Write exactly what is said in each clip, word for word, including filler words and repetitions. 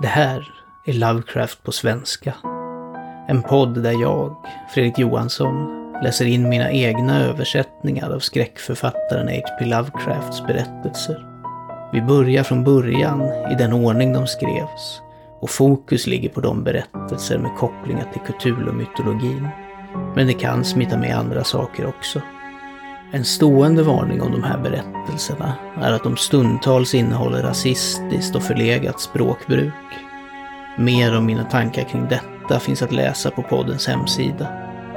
Det här är Lovecraft på svenska. En podd där jag, Fredrik Johansson, läser in mina egna översättningar av skräckförfattaren H P Lovecrafts berättelser. Vi börjar från början i den ordning de skrevs och fokus ligger på de berättelser med kopplingar till Cthulhu-mytologin. Men det kan smita med andra saker också. En stående varning om de här berättelserna är att de stundtals innehåller rasistiskt och förlegat språkbruk. Mer om mina tankar kring detta finns att läsa på poddens hemsida.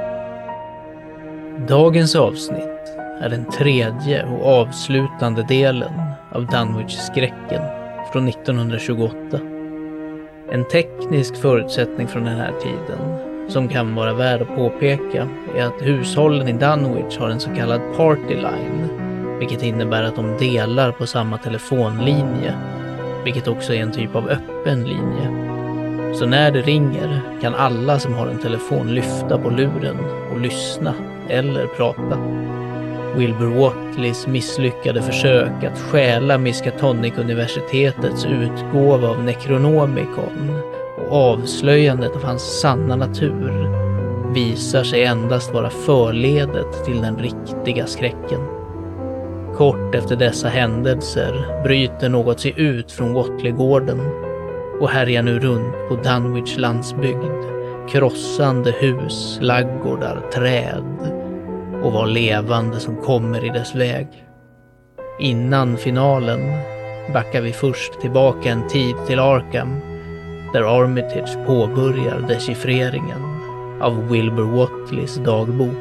Dagens avsnitt är den tredje och avslutande delen av Dunwich-skräcken från nittonhundratjugoåtta. En teknisk förutsättning från den här tiden som kan vara värd att påpeka är att hushållen i Dunwich har en så kallad party line, vilket innebär att de delar på samma telefonlinje, vilket också är en typ av öppen linje. Så när det ringer kan alla som har en telefon lyfta på luren och lyssna eller prata. Wilbur Whateleys misslyckade försök att stjäla Miskatonic-universitetets utgåva av Necronomicon och avslöjandet av hans sanna natur visar sig endast vara förledet till den riktiga skräcken. Kort efter dessa händelser bryter något sig ut från Whateleygården och härjar nu runt på Dunwich landsbygd, krossande hus, laggårdar, träd och var levande som kommer i dess väg. Innan finalen backar vi först tillbaka en tid till Arkham, där Armitage påbörjar dechiffreringen av Wilbur Whateleys dagbok.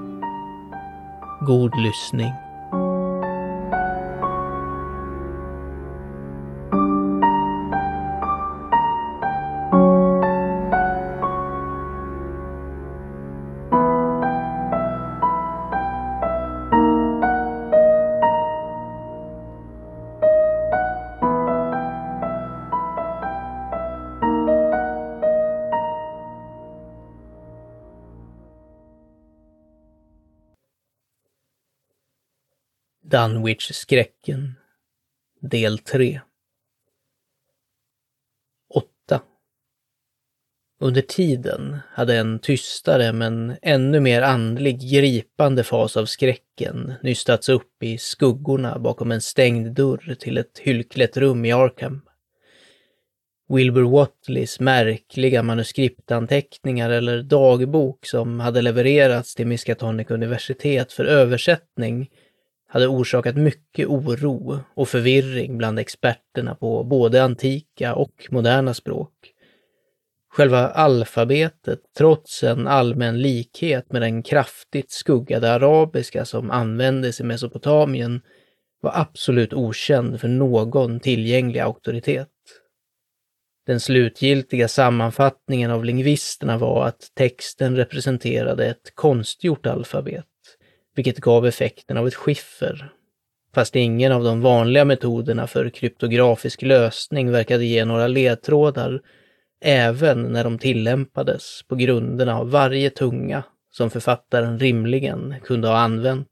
God lyssning. Dunwich-skräcken, del tre. åtta. Under tiden hade en tystare men ännu mer andlig gripande fas av skräcken nystats upp i skuggorna bakom en stängd dörr till ett hyllklätt rum i Arkham. Wilbur Whateleys märkliga manuskriptanteckningar eller dagbok som hade levererats till Miskatonic universitet för översättning hade orsakat mycket oro och förvirring bland experterna på både antika och moderna språk. Själva alfabetet, trots en allmän likhet med den kraftigt skuggade arabiska som användes i Mesopotamien, var absolut okänd för någon tillgänglig auktoritet. Den slutgiltiga sammanfattningen av lingvisterna var att texten representerade ett konstgjort alfabet, vilket gav effekten av ett skiffer. Fast ingen av de vanliga metoderna för kryptografisk lösning verkade ge några ledtrådar, även när de tillämpades på grunderna av varje tunga som författaren rimligen kunde ha använt.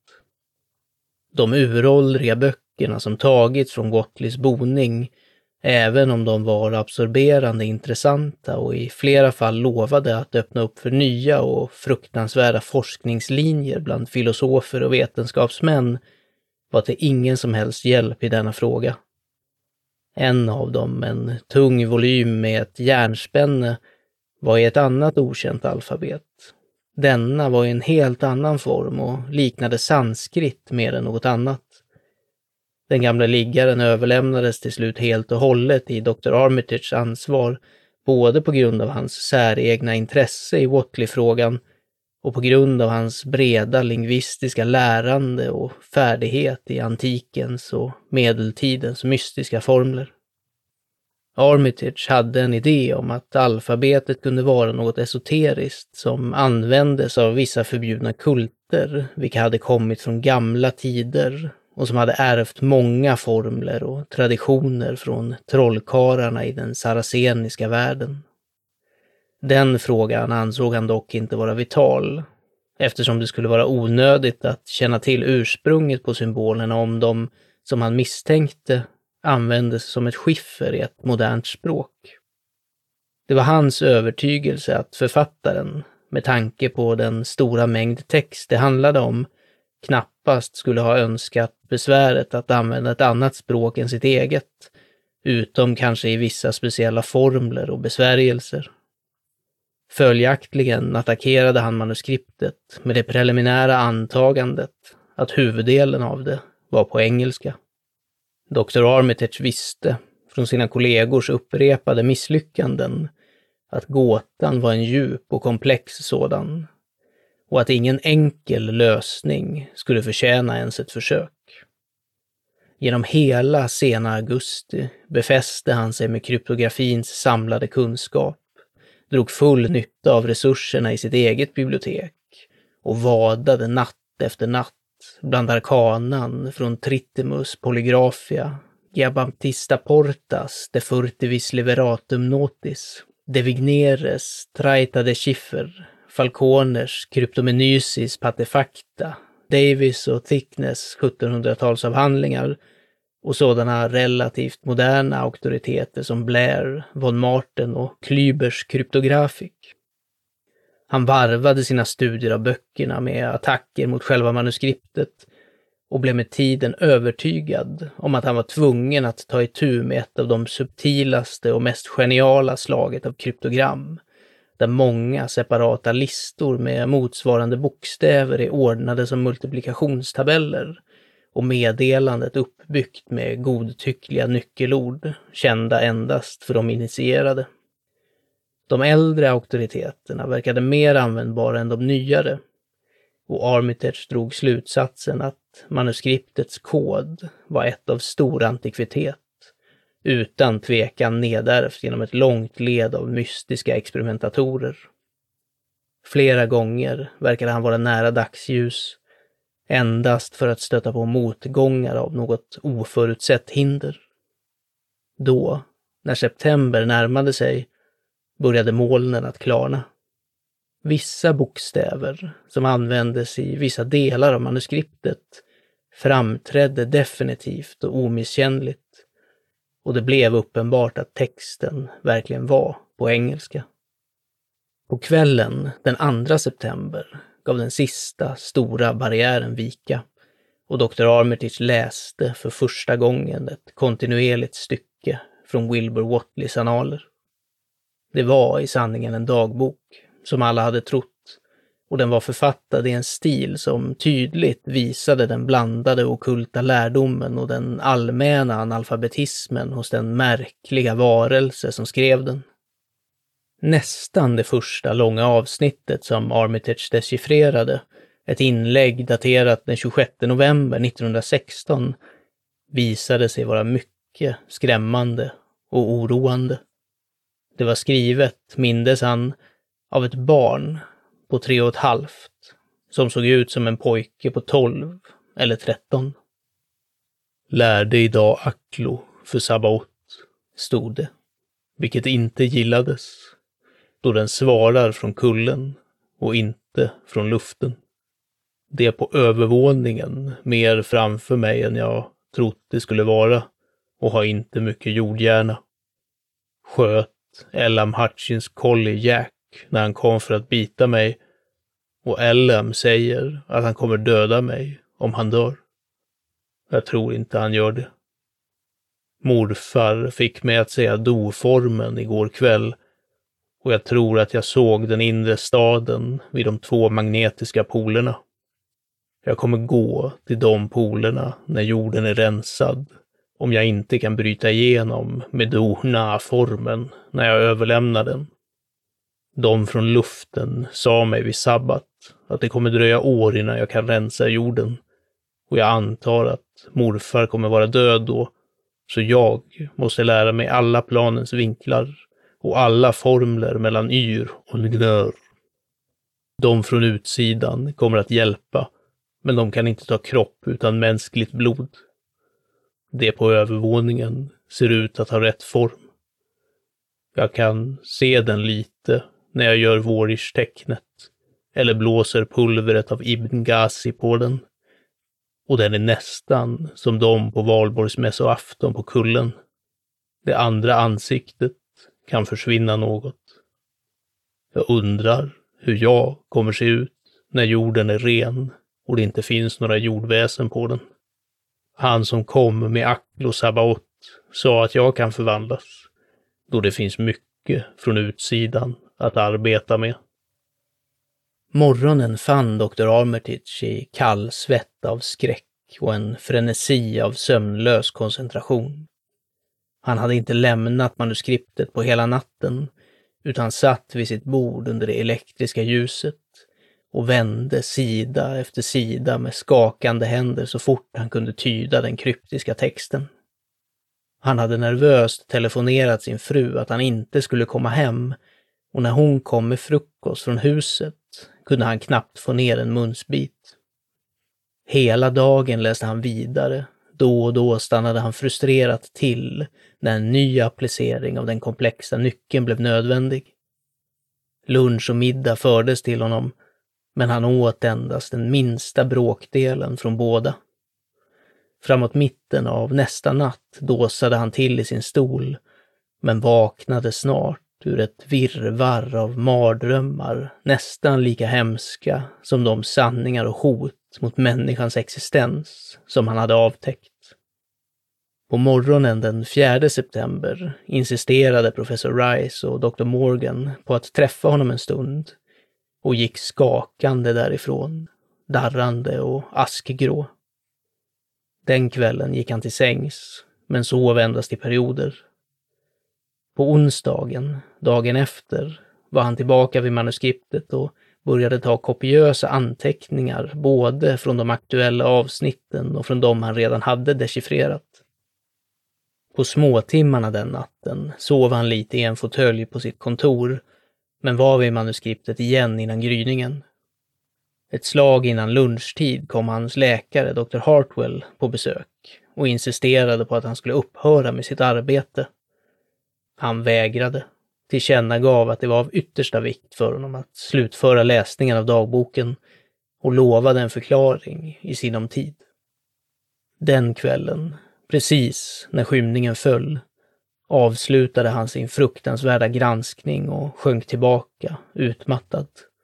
De uråldriga böckerna som tagits från Whateleys boning, även om de var absorberande intressanta och i flera fall lovade att öppna upp för nya och fruktansvärda forskningslinjer bland filosofer och vetenskapsmän, var till ingen som helst hjälp i denna fråga. En av dem, en tung volym med ett järnspänne, var i ett annat okänt alfabet. Denna var i en helt annan form och liknade sanskrit mer än något annat. Den gamla liggaren överlämnades till slut helt och hållet i doktor Armitages ansvar, både på grund av hans säregna intresse i Whateley-frågan och på grund av hans breda lingvistiska lärande och färdighet i antikens och medeltidens mystiska formler. Armitage hade en idé om att alfabetet kunde vara något esoteriskt som användes av vissa förbjudna kulter, vilka hade kommit från gamla tider och som hade ärvt många formler och traditioner från trollkarlarna i den saraceniska världen. Den frågan ansåg han dock inte vara vital, eftersom det skulle vara onödigt att känna till ursprunget på symbolerna om de, som han misstänkte, användes som ett skiffer i ett modernt språk. Det var hans övertygelse att författaren, med tanke på den stora mängd text det handlade om, knappast skulle ha önskat besväret att använda ett annat språk än sitt eget, utom kanske i vissa speciella formler och besvärjelser. Följaktligen attackerade han manuskriptet med det preliminära antagandet att huvuddelen av det var på engelska. doktor Armitage visste från sina kollegors upprepade misslyckanden att gåtan var en djup och komplex sådan, och att ingen enkel lösning skulle förtjäna ens ett försök. Genom hela sena augusti befäste han sig med kryptografins samlade kunskap, drog full nytta av resurserna i sitt eget bibliotek och vadade natt efter natt bland arkanan från Tritimus Polygraphia, Giabaptista Portas, De Furtivis Liberatum Notis, De Vigneres Traita de Schiffer, Falconers Cryptomenysis Patefacta, Davis och Thickness sjuttonhundratalsavhandlingar och sådana relativt moderna auktoriteter som Blair, von Marten och Klybers kryptografik. Han varvade sina studier av böckerna med attacker mot själva manuskriptet och blev med tiden övertygad om att han var tvungen att ta itu med ett av de subtilaste och mest geniala slaget av kryptogram, där många separata listor med motsvarande bokstäver är ordnade som multiplikationstabeller och meddelandet uppbyggt med godtyckliga nyckelord, kända endast för de initierade. De äldre auktoriteterna verkade mer användbara än de nyare, och Armitage drog slutsatsen att manuskriptets kod var ett av stor antikvitet, utan tvekan nedärvt genom ett långt led av mystiska experimentatorer. Flera gånger verkade han vara nära dagsljus, endast för att stöta på motgångar av något oförutsett hinder. Då, när september närmade sig, började molnen att klarna. Vissa bokstäver, som användes i vissa delar av manuskriptet, framträdde definitivt och omisskännligt, och det blev uppenbart att texten verkligen var på engelska. På kvällen den andra september gav den sista stora barriären vika, och doktor Armitage läste för första gången ett kontinuerligt stycke från Wilbur Whateleys annaler. Det var i sanningen en dagbok, som alla hade trott, och den var författad i en stil som tydligt visade den blandade ockulta lärdomen och den allmänna analfabetismen hos den märkliga varelse som skrev den. Nästan det första långa avsnittet som Armitage dechiffrerade, ett inlägg daterat den tjugosjätte november nittonhundrasexton, visade sig vara mycket skrämmande och oroande. Det var skrivet, mindes han, av ett barn på tre och ett halvt, som såg ut som en pojke på tolv eller tretton. Lärde idag Aklo för Sabaoth, stod det, vilket inte gillades, då den svarar från kullen och inte från luften. Det är på övervåningen mer framför mig än jag trott det skulle vara och har inte mycket jordhjärna. Sköt Elam Hutchins collie Jack när han kom för att bita mig, och Elam säger att han kommer döda mig om han dör. Jag tror inte han gör det. Morfar fick mig att säga do-formen igår kväll, och jag tror att jag såg den inre staden vid de två magnetiska polerna. Jag kommer gå till de polerna när jorden är rensad, om jag inte kan bryta igenom med do-na-formen när jag överlämnar den. De från luften sa mig vid sabbat att det kommer dröja år innan jag kan rensa jorden, och jag antar att morfar kommer vara död då, så jag måste lära mig alla planens vinklar och alla formler mellan yr och gnör. De från utsidan kommer att hjälpa, men de kan inte ta kropp utan mänskligt blod. Det på övervåningen ser ut att ha rätt form. Jag kan se den lite när jag gör Vorish-tecknet eller blåser pulvret av Ibn Ghazi på den. Och den är nästan som de på valborgsmässoafton på kullen. Det andra ansiktet kan försvinna något. Jag undrar hur jag kommer se ut när jorden är ren och det inte finns några jordväsen på den. Han som kom med Akl och Sabaoth sa att jag kan förvandlas, då det finns mycket från utsidan att arbeta med. Morgonen fann doktor Armitage i kall svett av skräck och en frenesi av sömnlös koncentration. Han hade inte lämnat manuskriptet på hela natten, utan satt vid sitt bord under det elektriska ljuset och vände sida efter sida med skakande händer så fort han kunde tyda den kryptiska texten. Han hade nervöst telefonerat sin fru att han inte skulle komma hem, och när hon kom med frukost från huset kunde han knappt få ner en munsbit. Hela dagen läste han vidare. Då och då stannade han frustrerat till när en ny applicering av den komplexa nyckeln blev nödvändig. Lunch och middag fördes till honom, men han åt endast den minsta bråkdelen från båda. Framåt mitten av nästa natt dåsade han till i sin stol, men vaknade snart ur ett virrvarr av mardrömmar nästan lika hemska som de sanningar och hot mot människans existens som han hade avtäckt. På morgonen den fjärde september insisterade professor Rice och doktor Morgan på att träffa honom en stund och gick skakande därifrån, darrande och askgrå. Den kvällen gick han till sängs, men sov endast i perioder. På onsdagen, dagen efter, var han tillbaka vid manuskriptet och började ta kopiösa anteckningar både från de aktuella avsnitten och från de han redan hade dechiffrerat. På småtimmarna den natten sov han lite i en fåtölj på sitt kontor, men var vid manuskriptet igen innan gryningen. Ett slag innan lunchtid kom hans läkare, doktor Hartwell, på besök och insisterade på att han skulle upphöra med sitt arbete. Han vägrade, tillkännagav att det var av yttersta vikt för honom att slutföra läsningen av dagboken och lovade en förklaring i sinom tid. Den kvällen, precis när skymningen föll, avslutade han sin fruktansvärda granskning och sjönk tillbaka, utmattad.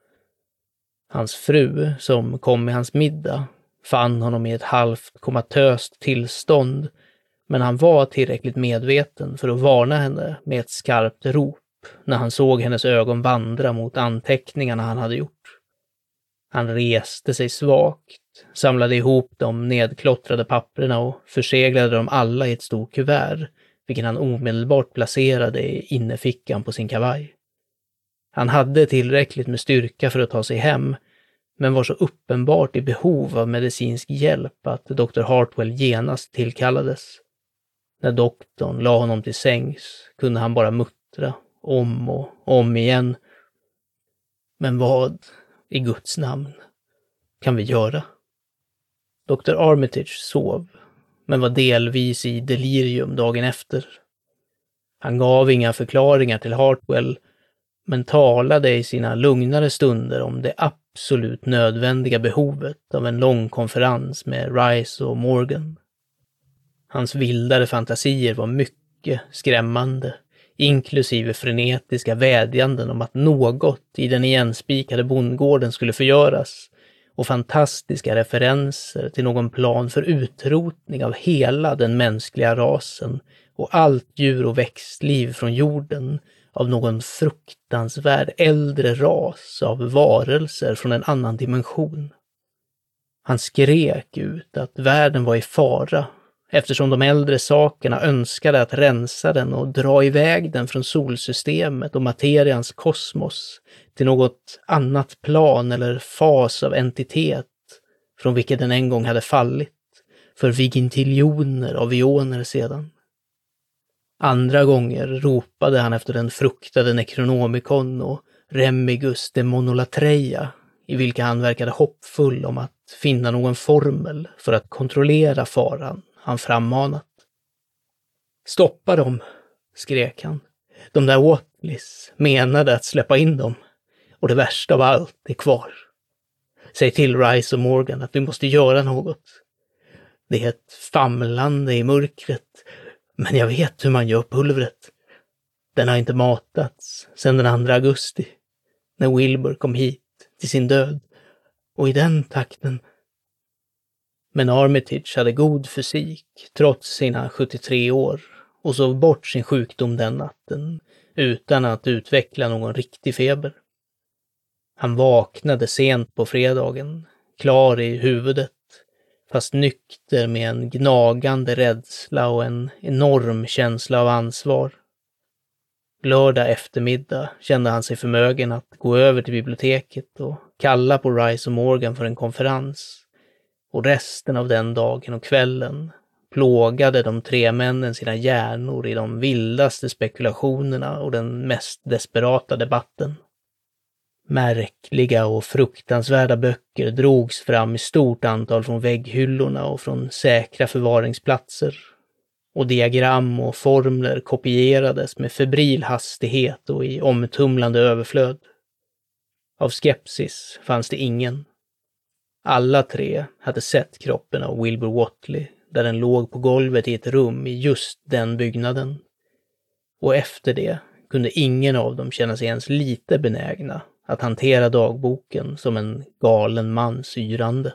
Hans fru, som kom med hans middag, fann honom i ett halvt komatöst tillstånd, men han var tillräckligt medveten för att varna henne med ett skarpt rop när han såg hennes ögon vandra mot anteckningarna han hade gjort. Han reste sig svagt, samlade ihop de nedklottrade papperna och förseglade dem alla i ett stort kuvert, vilken han omedelbart placerade i innerfickan på sin kavaj. Han hade tillräckligt med styrka för att ta sig hem, men var så uppenbart i behov av medicinsk hjälp att doktor Hartwell genast tillkallades. När doktorn la honom till sängs kunde han bara muttra om och om igen. Men vad, i Guds namn, kan vi göra? doktor Armitage sov, men var delvis i delirium dagen efter. Han gav inga förklaringar till Hartwell, men talade i sina lugnare stunder om det absolut nödvändiga behovet av en lång konferens med Rice och Morgan. Hans vildare fantasier var mycket skrämmande, inklusive frenetiska vädjanden om att något i den igenspikade bondgården skulle förgöras och fantastiska referenser till någon plan för utrotning av hela den mänskliga rasen och allt djur- och växtliv från jorden av någon fruktansvärd äldre ras av varelser från en annan dimension. Han skrek ut att världen var i fara eftersom de äldre sakerna önskade att rensa den och dra iväg den från solsystemet och materians kosmos till något annat plan eller fas av entitet från vilket den en gång hade fallit för vigintiljoner av ioner sedan. Andra gånger ropade han efter den fruktade Necronomicon och Remigus de Monolatreia, i vilka han verkade hoppfull om att finna någon formel för att kontrollera faran han frammanat. Stoppa dem, skrek han. De där Watleys menade att släppa in dem, och det värsta av allt är kvar. Säg till Rice och Morgan att vi måste göra något. Det är ett famlande i mörkret, men jag vet hur man gör pulvret. Den har inte matats sedan den andra augusti. när Wilbur kom hit till sin död. Och i den takten. Men Armitage hade god fysik trots sina sjuttiotre år och sov bort sin sjukdom den natten utan att utveckla någon riktig feber. Han vaknade sent på fredagen, klar i huvudet, fast nykter med en gnagande rädsla och en enorm känsla av ansvar. Lördag eftermiddag kände han sig förmögen att gå över till biblioteket och kalla på Rice och Morgan för en konferens. Och resten av den dagen och kvällen plågade de tre männen sina hjärnor i de vildaste spekulationerna och den mest desperata debatten. Märkliga och fruktansvärda böcker drogs fram i stort antal från vägghyllorna och från säkra förvaringsplatser. Och diagram och formler kopierades med febril hastighet och i omtumlande överflöd. Av skepsis fanns det ingen. Alla tre hade sett kroppen av Wilbur Whatley där den låg på golvet i ett rum i just den byggnaden. Och efter det kunde ingen av dem känna sig ens lite benägna att hantera dagboken som en galen mans yrande.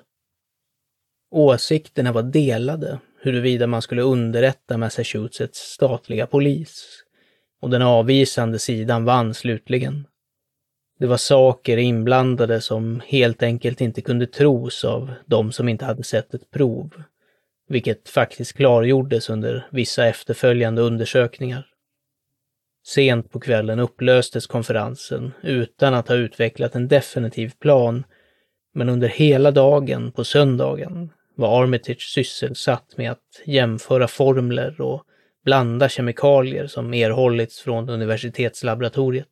Åsikterna var delade huruvida man skulle underrätta Massachusetts statliga polis, och den avvisande sidan vann slutligen. Det var saker inblandade som helt enkelt inte kunde tros av de som inte hade sett ett prov, vilket faktiskt klargjordes under vissa efterföljande undersökningar. Sent på kvällen upplöstes konferensen utan att ha utvecklat en definitiv plan, men under hela dagen på söndagen var Armitage sysselsatt med att jämföra formler och blanda kemikalier som erhållits från universitetslaboratoriet.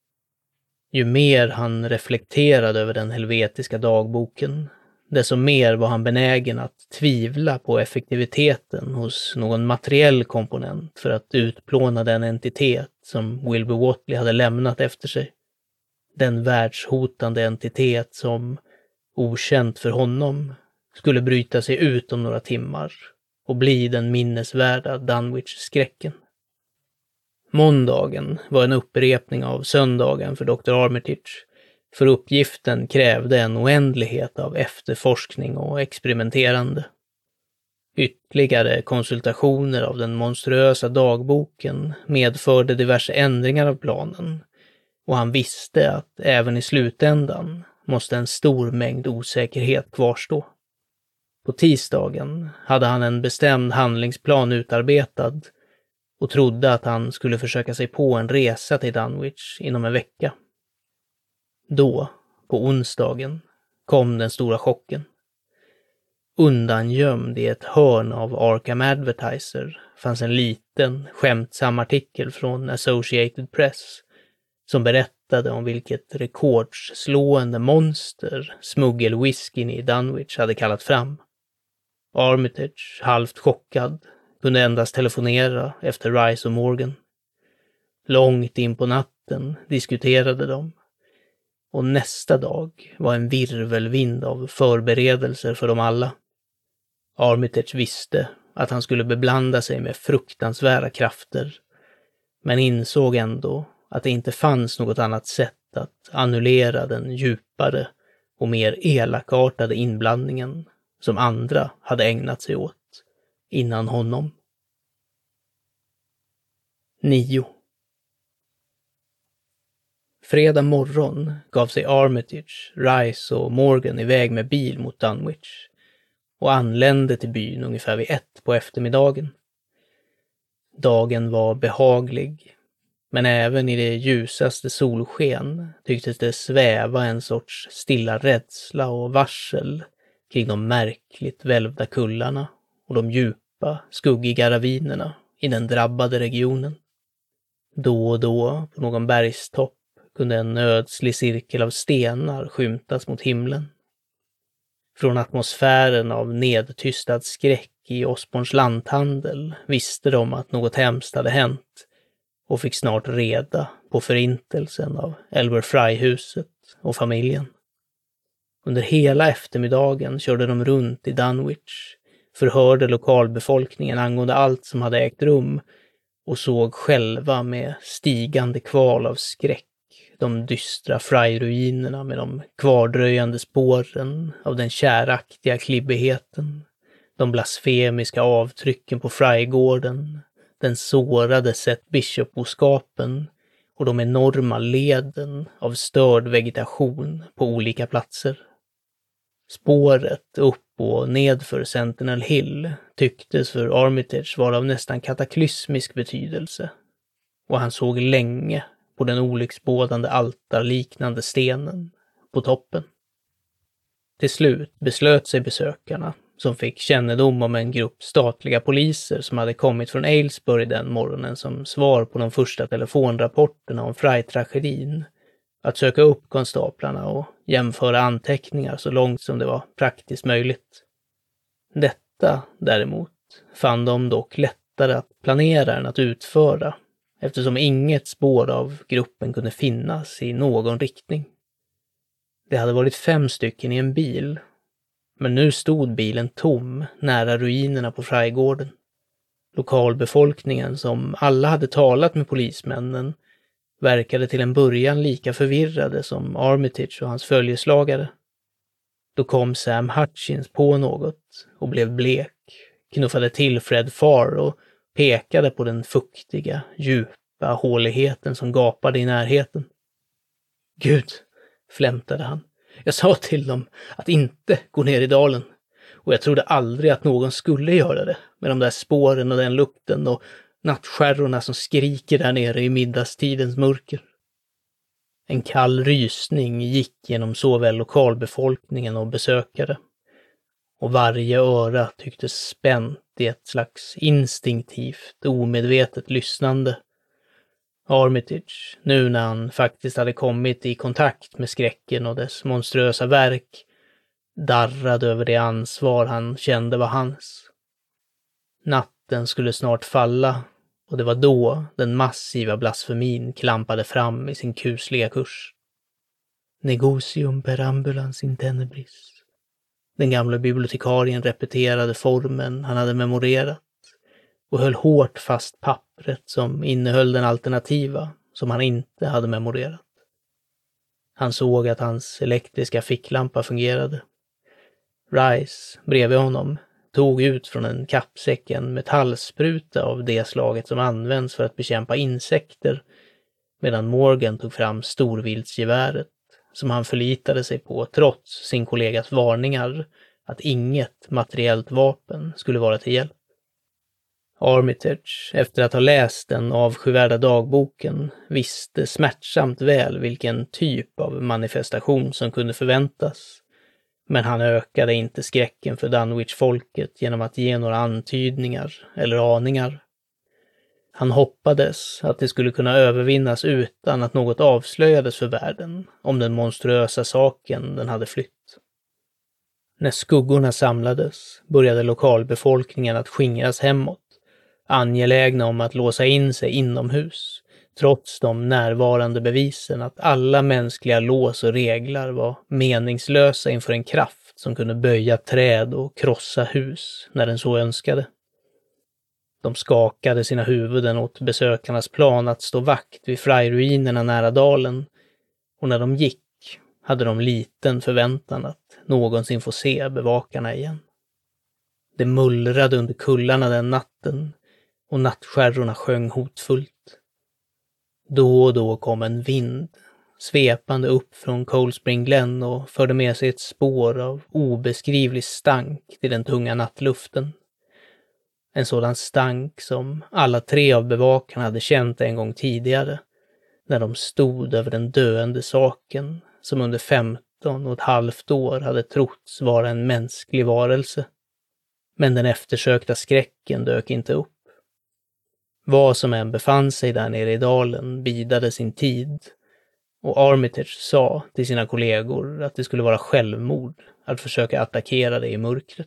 Ju mer han reflekterade över den helvetiska dagboken, desto mer var han benägen att tvivla på effektiviteten hos någon materiell komponent för att utplåna den entitet som Wilbur Whatley hade lämnat efter sig. Den världshotande entitet som, okänt för honom, skulle bryta sig ut om några timmar och bli den minnesvärda Dunwich-skräcken. Måndagen var en upprepning av söndagen för doktor Armitage, för uppgiften krävde en oändlighet av efterforskning och experimenterande. Ytterligare konsultationer av den monstruösa dagboken medförde diverse ändringar av planen, och han visste att även i slutändan måste en stor mängd osäkerhet kvarstå. På tisdagen hade han en bestämd handlingsplan utarbetad och trodde att han skulle försöka sig på en resa till Dunwich inom en vecka. Då, på onsdagen, kom den stora chocken. Undangömd i ett hörn av Arkham Advertiser fanns en liten, skämtsam artikel från Associated Press som berättade om vilket rekordslående monster smuggelwhiskyn i Dunwich hade kallat fram. Armitage, halvt chockad, kunde endast telefonera efter Rice och Morgan. Långt in på natten diskuterade de, och nästa dag var en virvelvind av förberedelser för dem alla. Armitage visste att han skulle beblanda sig med fruktansvärda krafter, men insåg ändå att det inte fanns något annat sätt att annullera den djupare och mer elakartade inblandningen som andra hade ägnat sig åt innan honom. nio. Fredag morgon gav sig Armitage, Rice och Morgan iväg med bil mot Dunwich och anlände till byn ungefär vid ett på eftermiddagen. Dagen var behaglig, men även i det ljusaste solsken tycktes det sväva en sorts stilla rädsla och varsel kring de märkligt välvda kullarna och de djupa, skuggiga ravinerna i den drabbade regionen. Då och då, på någon bergstopp, kunde en ödslig cirkel av stenar skymtas mot himlen. Från atmosfären av nedtystad skräck i Osborns lanthandel visste de att något hemskt hade hänt och fick snart reda på förintelsen av Elmer Fry-huset och familjen. Under hela eftermiddagen körde de runt i Dunwich, förhörde lokalbefolkningen angående allt som hade ägt rum och såg själva med stigande kval av skräck de dystra Fry-ruinerna med de kvardröjande spåren av den käraktiga klibbigheten, de blasfemiska avtrycken på Frygården, den sårade Seth Bishop-boskapen och de enorma leden av störd vegetation på olika platser. Spåret upp och nedför Sentinel Hill tycktes för Armitage vara av nästan kataklysmisk betydelse, och han såg länge på den olycksbådande altarliknande stenen på toppen. Till slut beslöt sig besökarna, som fick kännedom om en grupp statliga poliser som hade kommit från Aylesbury den morgonen som svar på de första telefonrapporterna om Fry-tragedin, att söka upp konstaplarna och jämföra anteckningar så långt som det var praktiskt möjligt. Detta, däremot, fann de dock lättare att planera än att utföra, eftersom inget spår av gruppen kunde finnas i någon riktning. Det hade varit fem stycken i en bil, men nu stod bilen tom nära ruinerna på Frygården. Lokalbefolkningen, som alla hade talat med polismännen, verkade till en början lika förvirrade som Armitage och hans följeslagare. Då kom Sam Hutchins på något och blev blek, knuffade till Fred Farr och pekade på den fuktiga, djupa håligheten som gapade i närheten. Gud, flämtade han. Jag sa till dem att inte gå ner i dalen, och jag trodde aldrig att någon skulle göra det med de där spåren och den lukten och nattskärrorna som skriker där nere i middagstidens mörker. En kall rysning gick genom såväl lokalbefolkningen och besökare, och varje öra tycktes spänt i ett slags instinktivt, omedvetet lyssnande. Armitage, nu när han faktiskt hade kommit i kontakt med skräcken och dess monströsa verk, darrade över det ansvar han kände var hans. Natten skulle snart falla, och det var då den massiva blasfemin klampade fram i sin kusliga kurs. Negocium per ambulans in tenebris. Den gamla bibliotekarien repeterade formen han hade memorerat och höll hårt fast pappret som innehöll den alternativa som han inte hade memorerat. Han såg att hans elektriska ficklampa fungerade. Rice, bredvid honom, tog ut från en kappsäck en metallspruta av det slaget som används för att bekämpa insekter, medan Morgan tog fram storviltsgeväret som han förlitade sig på trots sin kollegas varningar att inget materiellt vapen skulle vara till hjälp. Armitage, efter att ha läst den avskyvärda dagboken, visste smärtsamt väl vilken typ av manifestation som kunde förväntas. Men han ökade inte skräcken för Dunwich-folket genom att ge några antydningar eller aningar. Han hoppades att det skulle kunna övervinnas utan att något avslöjades för världen om den monstruösa saken den hade flytt. När skuggorna samlades började lokalbefolkningen att skingras hemåt, angelägna om att låsa in sig inomhus, trots de närvarande bevisen att alla mänskliga lås och reglar var meningslösa inför en kraft som kunde böja träd och krossa hus när den så önskade. De skakade sina huvuden åt besökarnas plan att stå vakt vid Fry-ruinerna nära dalen, och när de gick hade de liten förväntan att någonsin få se bevakarna igen. Det mullrade under kullarna den natten, och nattskärrorna sjöng hotfullt. Då och då kom en vind, svepande upp från Cold Spring Glen och förde med sig ett spår av obeskrivlig stank till den tunga nattluften. En sådan stank som alla tre av bevakarna hade känt en gång tidigare, när de stod över den döende saken som under femton och ett halvt år hade trotts vara en mänsklig varelse. Men den eftersökta skräcken dök inte upp. Vad som än befann sig där nere i dalen bidade sin tid, och Armitage sa till sina kollegor att det skulle vara självmord att försöka attackera det i mörkret.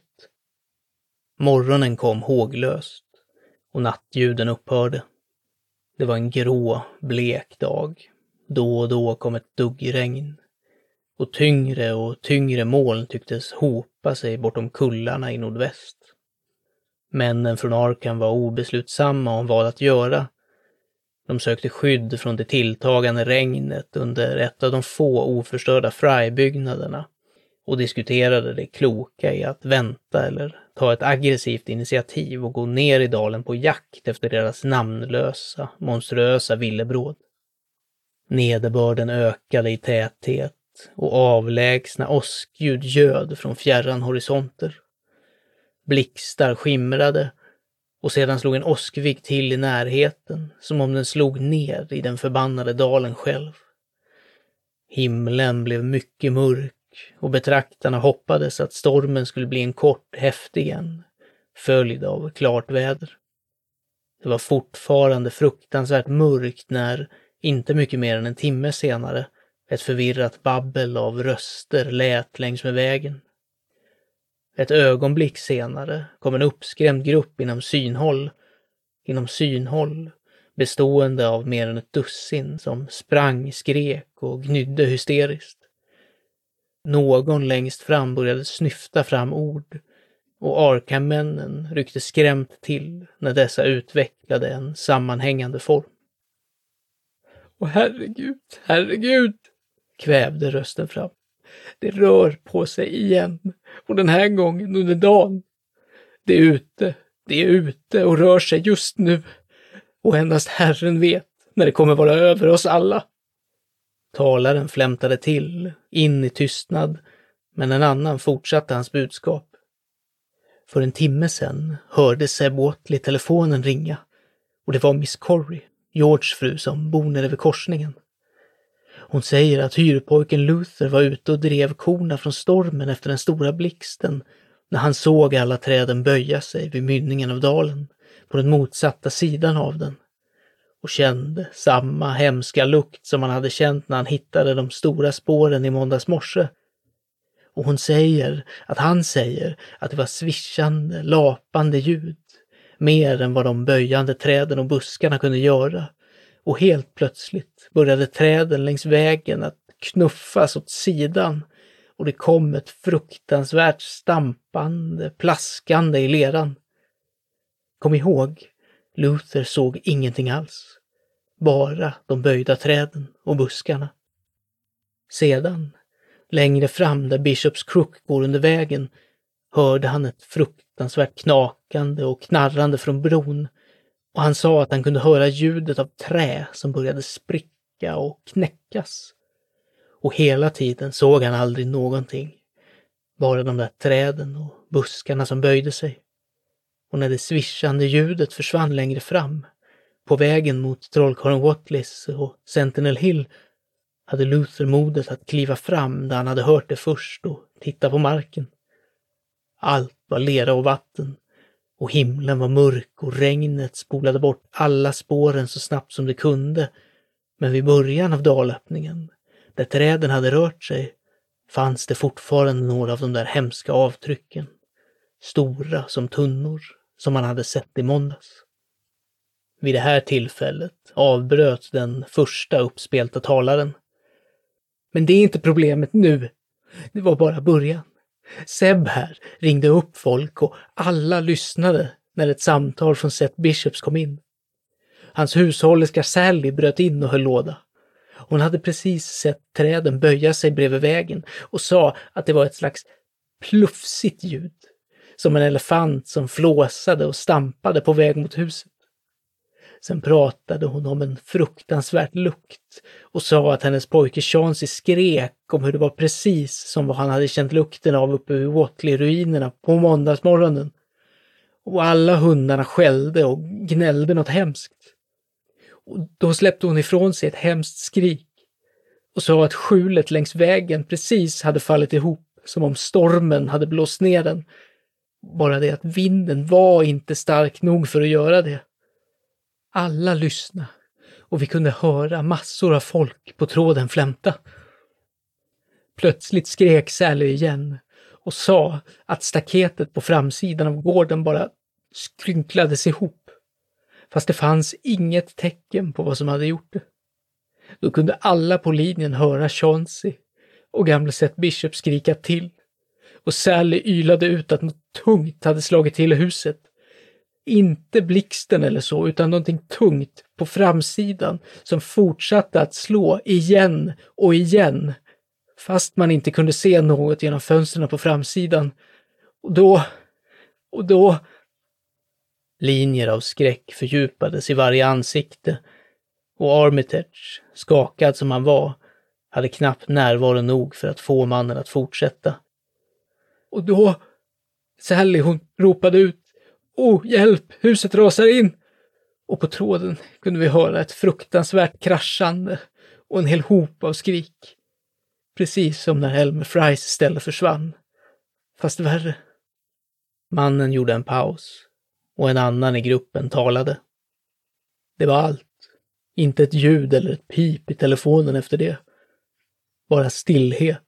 Morgonen kom håglöst, och nattljuden upphörde. Det var en grå, blek dag. Då och då kom ett duggregn, och tyngre och tyngre moln tycktes hopa sig bortom kullarna i nordväst. Männen från Arkham var obeslutsamma om vad att göra, De sökte skydd från det tilltagande regnet under ett av de få oförstörda Fry-byggnaderna och diskuterade det kloka i att vänta eller ta ett aggressivt initiativ och gå ner i dalen på jakt efter deras namnlösa, monstruösa villebråd. Nederbörden ökade i täthet och avlägsna åskljud ljöd från fjärran horisonter. Blixtar skimrade och sedan slog en åskvigg till i närheten som om den slog ner i den förbannade dalen själv. Himlen blev mycket mörk och betraktarna hoppades att stormen skulle bli en kort, häftig en, följd av klart väder. Det var fortfarande fruktansvärt mörkt när, inte mycket mer än en timme senare, ett förvirrat babbel av röster lät längs med vägen. Ett ögonblick senare kom en uppskrämd grupp inom synhåll, inom synhåll, bestående av mer än ett dussin som sprang, skrek och gnydde hysteriskt. Någon längst fram började snyfta fram ord och Arkham-männen ryckte skrämt till när dessa utvecklade en sammanhängande form. Åh herregud, herregud, kvävde rösten fram. Det rör på sig igen, och den här gången under dagen. Det är ute, det är ute och rör sig just nu, och endast Herren vet när det kommer vara över oss alla. Talaren flämtade till, in i tystnad, men en annan fortsatte hans budskap. För en timme sedan hörde Seb Watley telefonen ringa, och det var Miss Corrie, Georges fru, som bor nere vid korsningen. Hon säger att hyrpojken Luther var ute och drev korna från stormen efter den stora blixten när han såg alla träden böja sig vid mynningen av dalen på den motsatta sidan av den och kände samma hemska lukt som han hade känt när han hittade de stora spåren i måndags morse. Och hon säger att han säger att det var svischande, lapande ljud, mer än vad de böjande träden och buskarna kunde göra. Och helt plötsligt började träden längs vägen att knuffas åt sidan och det kom ett fruktansvärt stampande, plaskande i leran. Kom ihåg, Luther såg ingenting alls. Bara de böjda träden och buskarna. Sedan, längre fram där Bishops Crook går under vägen, hörde han ett fruktansvärt knakande och knarrande från bron. Och han sa att han kunde höra ljudet av trä som började spricka och knäckas. Och hela tiden såg han aldrig någonting. Bara de där träden och buskarna som böjde sig. Och när det svischande ljudet försvann längre fram, på vägen mot Trollkarlen Watleys och Sentinel Hill, hade Luther modet att kliva fram där han hade hört det först och titta på marken. Allt var lera och vatten. Och himlen var mörk och regnet spolade bort alla spåren så snabbt som det kunde. Men vid början av dalöppningen, där träden hade rört sig, fanns det fortfarande några av de där hemska avtrycken. Stora som tunnor, som man hade sett i måndags. Vid det här tillfället avbröt den första uppspelta talaren. Men det är inte problemet nu. Det var bara början. Seb här ringde upp folk och alla lyssnade när ett samtal från Seth Bishops kom in. Hans hushållerska Sally bröt in och höll låda. Hon hade precis sett träden böja sig bredvid vägen och sa att det var ett slags plufsigt ljud, som en elefant som flåsade och stampade på väg mot huset. Sen pratade hon om en fruktansvärt lukt och sa att hennes pojke Chauncey skrek om hur det var precis som vad han hade känt lukten av uppe vid Watley-ruinerna på måndagsmorgonen. Och alla hundarna skällde och gnällde något hemskt. Och då släppte hon ifrån sig ett hemskt skrik och sa att skjulet längs vägen precis hade fallit ihop som om stormen hade blåst ner den. Bara det att vinden var inte stark nog för att göra det. Alla lyssnade och vi kunde höra massor av folk på tråden flämta. Plötsligt skrek Sally igen och sa att staketet på framsidan av gården bara skrynklades ihop. Fast det fanns inget tecken på vad som hade gjort det. Då kunde alla på linjen höra Chauncey och gamle Seth Bishop skrika till. Och Sally ylade ut att något tungt hade slagit till i huset. Inte blixten eller så, utan någonting tungt, på framsidan som fortsatte att slå igen och igen, fast man inte kunde se något genom fönstren på framsidan. Och då, och då... Linjer av skräck fördjupades i varje ansikte, och Armitage, skakad som han var, hade knappt närvaro nog för att få mannen att fortsätta. Och då... Sally, hon ropade ut: "Oh, hjälp! Huset rasar in!" Och på tråden kunde vi höra ett fruktansvärt kraschande och en hel hop av skrik. Precis som när Elmer Frys ställe försvann. Fast värre. Mannen gjorde en paus, och en annan i gruppen talade. Det var allt. Inte ett ljud eller ett pip i telefonen efter det. Bara stillhet.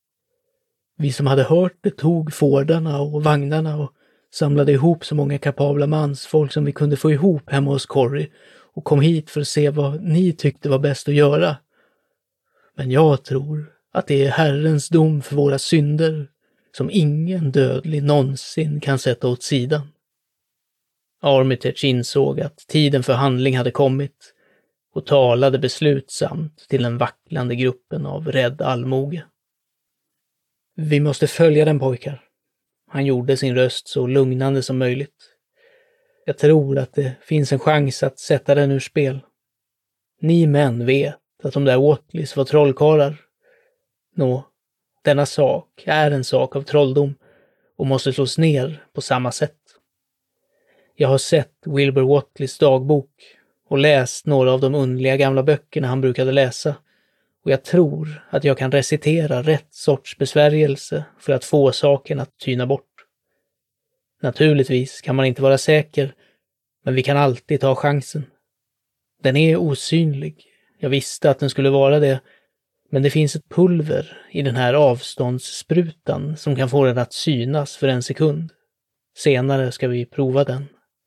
Vi som hade hört det tog fordarna och vagnarna och samlade ihop så många kapabla mansfolk som vi kunde få ihop hemma hos Corrie och kom hit för att se vad ni tyckte var bäst att göra. Men jag tror att det är Herrens dom för våra synder som ingen dödlig någonsin kan sätta åt sidan. Armitage insåg att tiden för handling hade kommit och talade beslutsamt till den vacklande gruppen av rädd allmoge. Vi måste följa den, pojkar. Han gjorde sin röst så lugnande som möjligt. Jag tror att det finns en chans att sätta den ur spel. Ni män vet att de där Watleys var trollkarlar. Nå, denna sak är en sak av trolldom och måste slås ner på samma sätt. Jag har sett Wilbur Watleys dagbok och läst några av de underliga gamla böckerna han brukade läsa, och jag tror att jag kan recitera rätt sorts besvärjelse för att få saken att tyna bort. Naturligtvis kan man inte vara säker, men vi kan alltid ta chansen. Den är osynlig. Jag visste att den skulle vara det, men det finns ett pulver i den här avståndssprutan som kan få den att synas för en sekund. Senare ska vi prova den.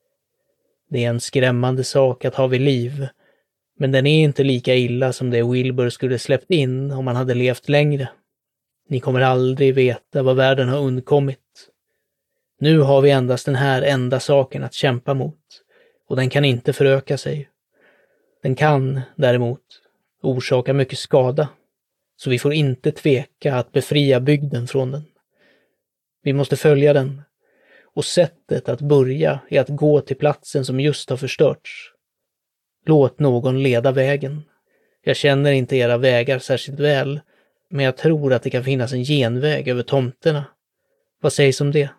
Det är en skrämmande sak att ha vid liv, men den är inte lika illa som det Wilbur skulle släppt in om han hade levt längre. Ni kommer aldrig veta vad världen har undkommit. Nu har vi endast den här enda saken att kämpa mot, och den kan inte föröka sig. Den kan, däremot, orsaka mycket skada, så vi får inte tveka att befria bygden från den. Vi måste följa den, och sättet att börja är att gå till platsen som just har förstörts. Låt någon leda vägen. Jag känner inte era vägar särskilt väl, men jag tror att det kan finnas en genväg över tomterna. Vad sägs om det?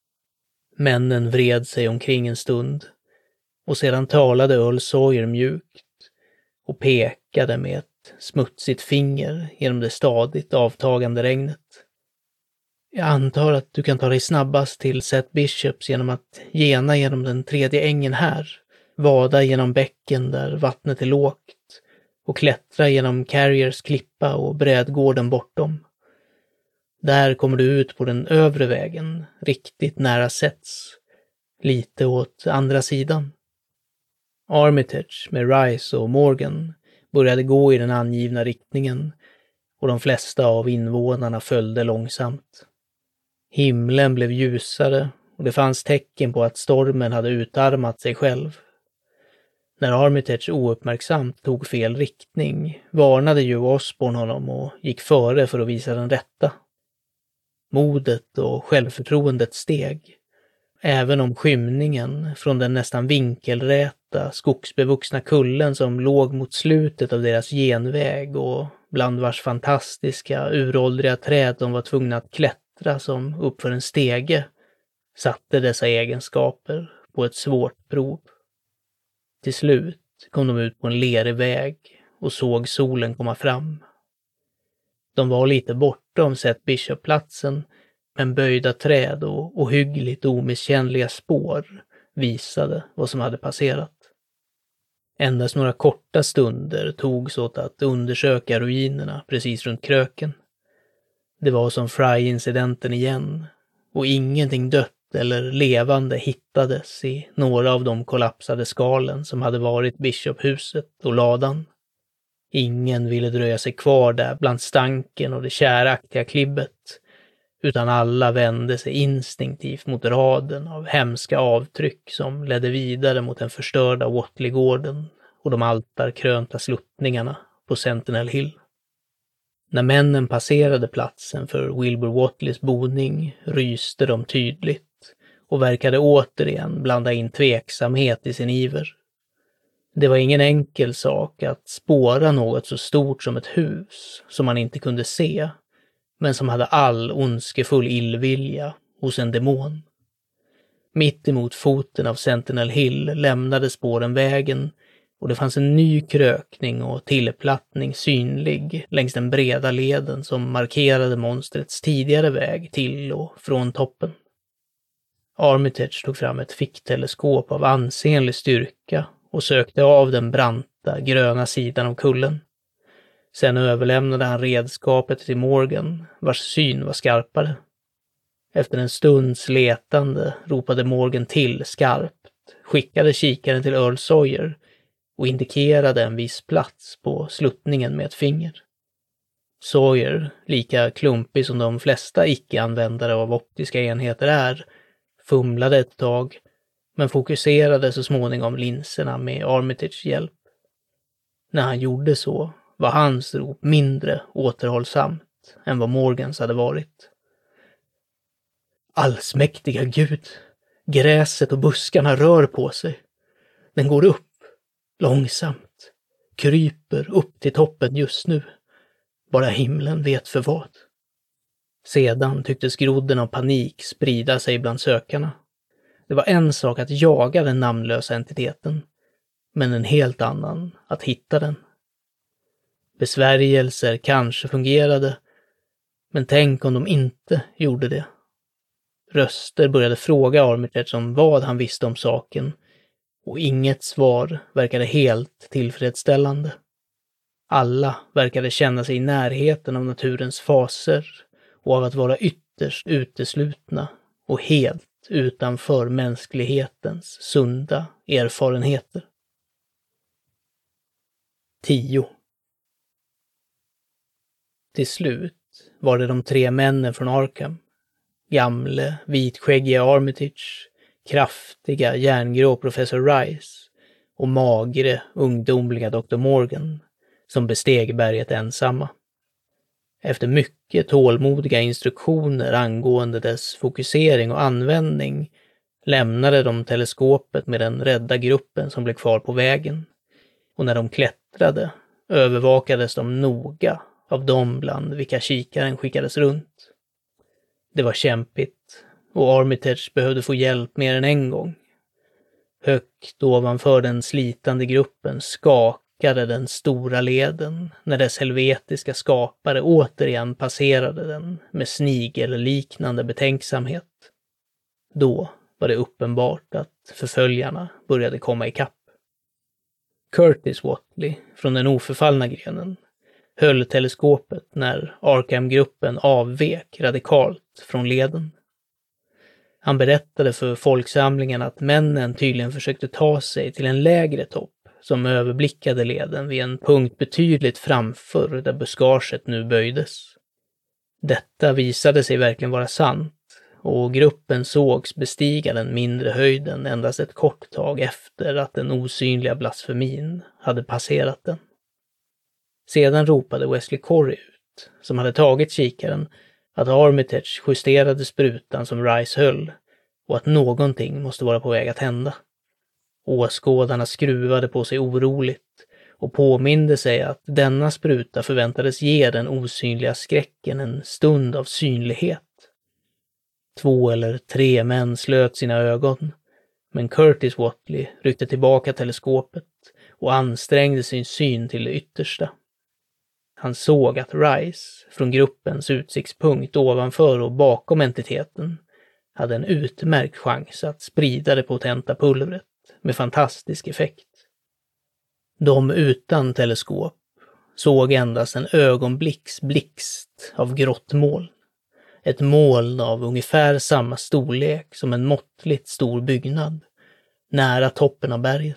Männen vred sig omkring en stund, och sedan talade Earl Sawyer mjukt och pekade med ett smutsigt finger genom det stadigt avtagande regnet. Jag antar att du kan ta dig snabbast till Seth Bishops genom att gena genom den tredje ängen här, vada genom bäcken där vattnet är lågt och klättra genom Carriers klippa och brädgården bortom. Där kommer du ut på den övre vägen, riktigt nära Seths, lite åt andra sidan. Armitage med Rice och Morgan började gå i den angivna riktningen, och de flesta av invånarna följde långsamt. Himlen blev ljusare och det fanns tecken på att stormen hade utarmat sig själv. När Armitage ouppmärksamt tog fel riktning varnade ju Osborn honom och gick före för att visa den rätta. Modet och självförtroendet steg, även om skymningen från den nästan vinkelräta, skogsbevuxna kullen som låg mot slutet av deras genväg och bland vars fantastiska, uråldriga träd de var tvungna att klättra som uppför en stege, satte dessa egenskaper på ett svårt prov. Till slut kom de ut på en lerig väg och såg solen komma fram. De var lite bortom Seth Bishop-platsen, men böjda träd och ohyggligt omisskännliga spår visade vad som hade passerat. Endast några korta stunder togs åt att undersöka ruinerna precis runt kröken. Det var som Fry-incidenten igen, och ingenting dött eller levande hittades i några av de kollapsade skalen som hade varit Bishophuset och ladan. Ingen ville dröja sig kvar där bland stanken och det käraktiga klibbet, utan alla vände sig instinktivt mot raden av hemska avtryck som ledde vidare mot den förstörda Watley-gården och de altarkrönta sluttningarna på Sentinel Hill. När männen passerade platsen för Wilbur Whateleys boning ryste de tydligt och verkade återigen blanda in tveksamhet i sin iver. Det var ingen enkel sak att spåra något så stort som ett hus som man inte kunde se, men som hade all ondskefull illvilja hos en demon. Mitt emot foten av Sentinel Hill lämnade spåren vägen och det fanns en ny krökning och tillplattning synlig längs den breda leden som markerade monstrets tidigare väg till och från toppen. Armitage tog fram ett fickteleskop av ansenlig styrka och sökte av den branta, gröna sidan av kullen. Sen överlämnade han redskapet till Morgan, vars syn var skarpare. Efter en stunds letande ropade Morgan till skarpt, skickade kikaren till Earl Sawyer och indikerade en viss plats på sluttningen med ett finger. Sawyer, lika klumpig som de flesta icke-användare av optiska enheter är, fumlade ett tag, men fokuserade så småningom linserna med Armitages hjälp. När han gjorde så var hans rop mindre återhållsamt än vad Morgans hade varit. Allsmäktiga Gud, gräset och buskarna rör på sig. Den går upp, långsamt, kryper upp till toppen just nu. Bara himlen vet för vad. Sedan tycktes grodden av panik sprida sig bland sökarna. Det var en sak att jaga den namnlösa entiteten, men en helt annan att hitta den. Besvärjelser kanske fungerade, men tänk om de inte gjorde det. Röster började fråga Armitage om vad han visste om saken, och inget svar verkade helt tillfredsställande. Alla verkade känna sig i närheten av naturens faser och av att vara ytterst uteslutna och helt utanför mänsklighetens sunda erfarenheter. tio. Till slut var det de tre männen från Arkham. Gamle, vitskäggiga Armitage, kraftiga, järngrå professor Rice och magre, ungdomliga doktor Morgan som besteg berget ensamma. Efter mycket tålmodiga instruktioner angående dess fokusering och användning lämnade de teleskopet med den rädda gruppen som blev kvar på vägen, och när de klättrade övervakades de noga av dem bland vilka kikaren skickades runt. Det var kämpigt och Armitage behövde få hjälp mer än en gång. Högt ovanför den slitande gruppen skakade den stora leden när dess helvetiska skapare återigen passerade den med snigelliknande betänksamhet. Då var det uppenbart att förföljarna började komma ikapp. Curtis Whatley från den oförfallna grenen höll teleskopet när Arkham-gruppen avvek radikalt från leden. Han berättade för folksamlingen att männen tydligen försökte ta sig till en lägre topp som överblickade leden vid en punkt betydligt framför där buskaget nu böjdes. Detta visade sig verkligen vara sant, och gruppen sågs bestiga den mindre höjden endast ett kort tag efter att den osynliga blasfemin hade passerat den. Sedan ropade Wesley Corey ut, som hade tagit kikaren, att Armitage justerade sprutan som Rice höll och att någonting måste vara på väg att hända. Åskådarna skruvade på sig oroligt och påminde sig att denna spruta förväntades ge den osynliga skräcken en stund av synlighet. Två eller tre män slöt sina ögon, men Curtis Whatley ryckte tillbaka teleskopet och ansträngde sin syn till det yttersta. Han såg att Rice, från gruppens utsiktspunkt ovanför och bakom entiteten, hade en utmärkt chans att sprida det potenta pulvret med fantastisk effekt. De utan teleskop såg endast en ögonblicks blixt av grått moln. Ett moln av ungefär samma storlek som en måttligt stor byggnad, nära toppen av berget.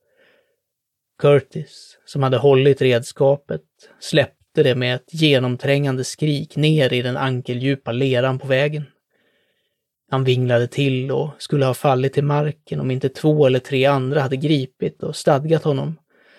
Curtis, som hade hållit redskapet, släppte det med ett genomträngande skrik ner i den ankeldjupa leran på vägen. Han vinglade till och skulle ha fallit till marken om inte två eller tre andra hade gripit och stadgat honom,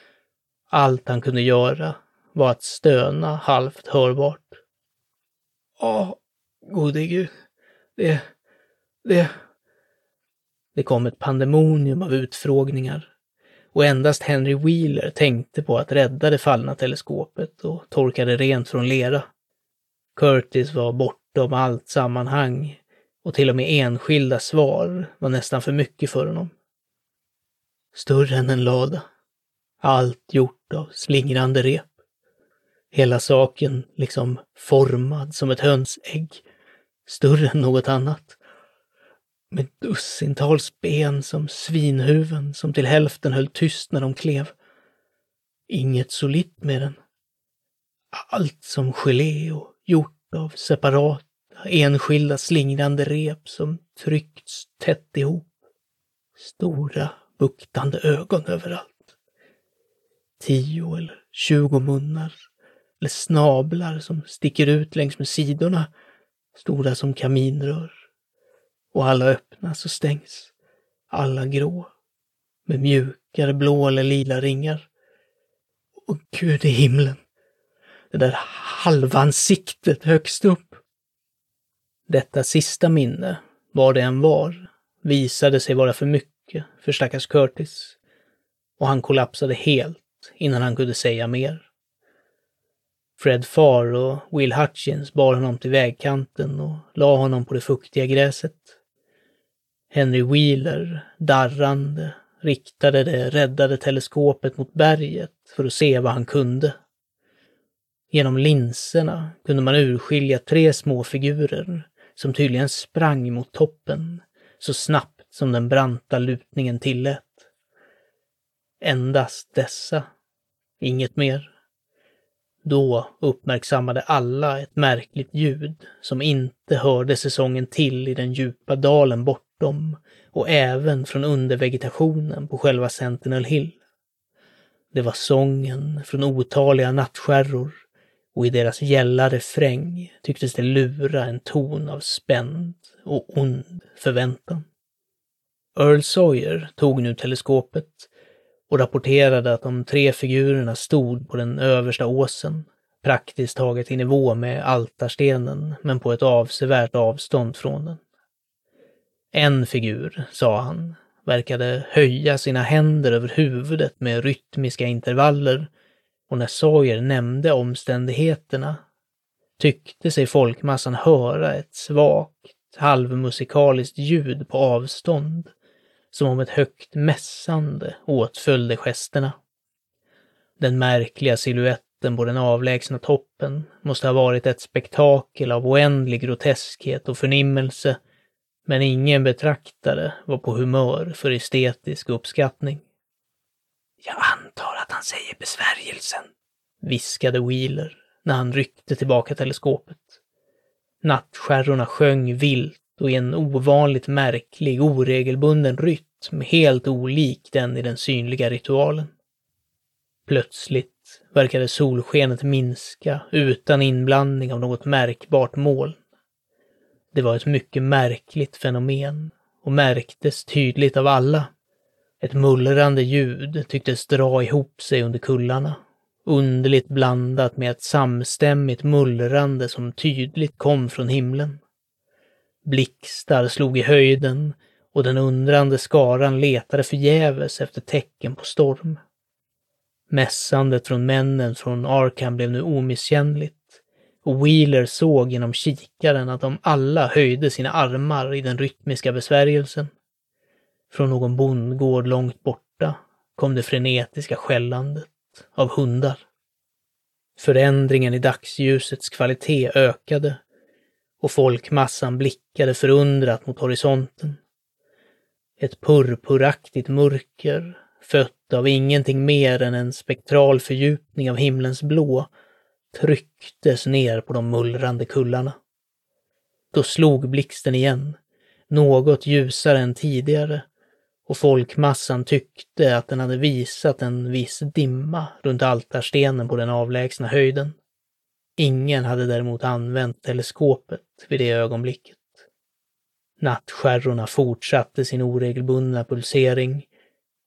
Allt han kunde göra var att stöna halvt hörbart. Åh, gode Gud, det, det... Det kom ett pandemonium av utfrågningar och endast Henry Wheeler tänkte på att rädda det fallna teleskopet och torkade rent från lera. Curtis var bortom allt sammanhang och till och med enskilda svar var nästan för mycket för honom. Större än en lada. Allt gjort av slingrande rep. Hela saken liksom formad som ett hönsägg. Större än något annat. Med dussintals ben som svinhuven som till hälften höll tyst när de klev. Inget solitt med den. Allt som gelé och gjort av separata, enskilda slingrande rep som tryckts tätt ihop. Stora, buktande ögon överallt. Tio eller tjugo munnar, eller snablar som sticker ut längs med sidorna, stora som kaminrör. Och alla öppnas och stängs, alla grå, med mjukare blå eller lila ringar. Och Gud i himlen, det där halvansiktet högst upp. Detta sista minne, var det än var, visade sig vara för mycket för stackars Curtis. Och han kollapsade helt innan han kunde säga mer. Fred Farr och Will Hutchins bar honom till vägkanten och la honom på det fuktiga gräset. Henry Wheeler, darrande, riktade det räddade teleskopet mot berget för att se vad han kunde. Genom linserna kunde man urskilja tre små figurer som tydligen sprang mot toppen så snabbt som den branta lutningen tillät. Endast dessa, inget mer. Då uppmärksammade alla ett märkligt ljud som inte hörde säsongen till i den djupa dalen bortom och även från undervegetationen på själva Sentinel Hill. Det var sången från otaliga nattskärror och i deras gälla refräng tycktes det lura en ton av spänd och ond förväntan. Earl Sawyer tog nu teleskopet och rapporterade att de tre figurerna stod på den översta åsen, praktiskt taget i nivå med altarstenen men på ett avsevärt avstånd från den. En figur, sa han, verkade höja sina händer över huvudet med rytmiska intervaller och när Sawyer nämnde omständigheterna tyckte sig folkmassan höra ett svagt, halvmusikaliskt ljud på avstånd som om ett högt mässande åtföljde gesterna. Den märkliga siluetten på den avlägsna toppen måste ha varit ett spektakel av oändlig groteskhet och förnimmelse, men ingen betraktare var på humör för estetisk uppskattning. Jag antar att han säger besvärjelsen, viskade Wheeler när han ryckte tillbaka teleskopet. Nattskärrorna sjöng vilt och i en ovanligt märklig, oregelbunden rytm helt olik den i den synliga ritualen. Plötsligt verkade solskenet minska utan inblandning av något märkbart moln. Det var ett mycket märkligt fenomen och märktes tydligt av alla. Ett mullrande ljud tycktes dra ihop sig under kullarna, underligt blandat med ett samstämmigt mullrande som tydligt kom från himlen. Blixtar slog i höjden och den undrande skaran letade förgäves efter tecken på storm. Mässandet från männen från Arkham blev nu omisskännligt och Wheeler såg genom kikaren att de alla höjde sina armar i den rytmiska besvärjelsen. Från någon bondgård långt borta kom det frenetiska skällandet av hundar. Förändringen i dagsljusets kvalitet ökade och folkmassan blickade förundrat mot horisonten. Ett purpuraktigt mörker, fött av ingenting mer än en spektral fördjupning av himlens blå, trycktes ner på de mullrande kullarna. Då slog blixten igen, något ljusare än tidigare, och folkmassan tyckte att den hade visat en viss dimma runt altarstenen på den avlägsna höjden. Ingen hade däremot använt teleskopet vid det ögonblicket. Nattskärrorna fortsatte sin oregelbundna pulsering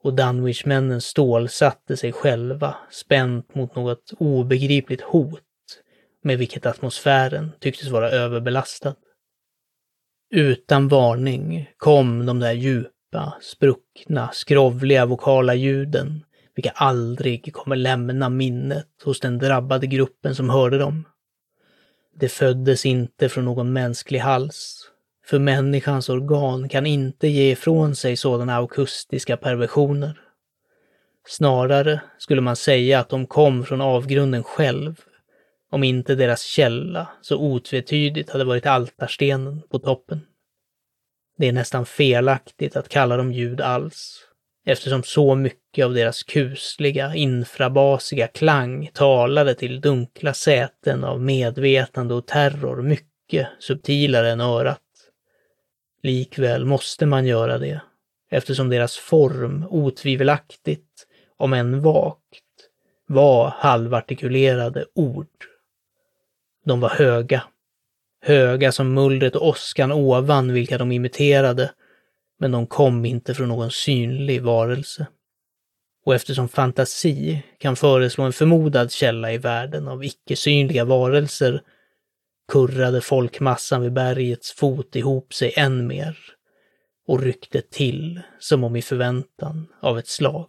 och Dunwich-männen stålsatte sig själva spänt mot något obegripligt hot med vilket atmosfären tycktes vara överbelastad. Utan varning kom de där djupa, spruckna, skrovliga vokala ljuden, vilka aldrig kommer lämna minnet hos den drabbade gruppen som hörde dem. Det föddes inte från någon mänsklig hals, för människans organ kan inte ge ifrån sig sådana akustiska perversioner. Snarare skulle man säga att de kom från avgrunden själv, om inte deras källa så otvetydigt hade varit altarstenen på toppen. Det är nästan felaktigt att kalla dem ljud alls, eftersom så mycket av deras kusliga, infrabasiga klang talade till dunkla säten av medvetande och terror mycket subtilare än örat. Likväl måste man göra det, eftersom deras form otvivelaktigt, om än vagt, var halvartikulerade ord. De var höga, höga som mullret och åskan ovan vilka de imiterade, men de kom inte från någon synlig varelse. Och eftersom fantasi kan föreslå en förmodad källa i världen av icke-synliga varelser, kurrade folkmassan vid bergets fot ihop sig än mer och ryckte till som om i förväntan av ett slag.